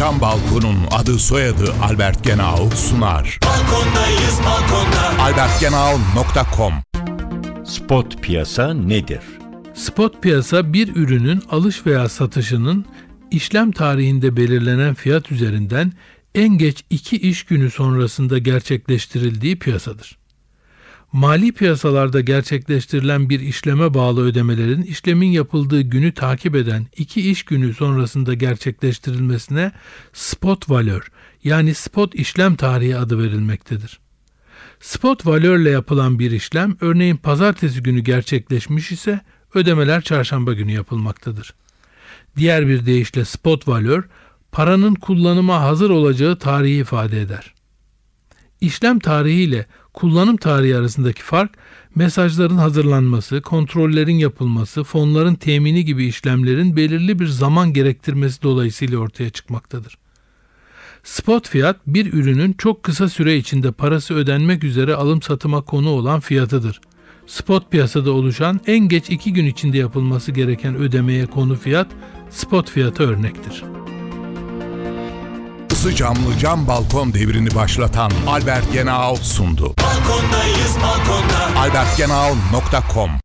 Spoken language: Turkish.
Cam Balkon'un adı soyadı Albert Genau sunar. Balkondayız balkonda. albertgenau.com. Spot piyasa nedir? Spot piyasa bir ürünün alış veya satışının işlem tarihinde belirlenen fiyat üzerinden en geç 2 iş günü sonrasında gerçekleştirildiği piyasadır. Mali piyasalarda gerçekleştirilen bir işleme bağlı ödemelerin işlemin yapıldığı günü takip eden 2 iş günü sonrasında gerçekleştirilmesine spot valör yani spot işlem tarihi adı verilmektedir. Spot valörle yapılan bir işlem örneğin pazartesi günü gerçekleşmiş ise ödemeler çarşamba günü yapılmaktadır. Diğer bir deyişle spot valör paranın kullanıma hazır olacağı tarihi ifade eder. İşlem tarihi ile kullanım tarihi arasındaki fark, mesajların hazırlanması, kontrollerin yapılması, fonların temini gibi işlemlerin belirli bir zaman gerektirmesi dolayısıyla ortaya çıkmaktadır. Spot fiyat, bir ürünün çok kısa süre içinde parası ödenmek üzere alım satıma konu olan fiyatıdır. Spot piyasada oluşan en geç 2 gün içinde yapılması gereken ödemeye konu fiyat, spot fiyata örnektir. Isı camlı cam balkon devrini başlatan Albert Genau sundu. Balkondayız balkonda. albertgenau.com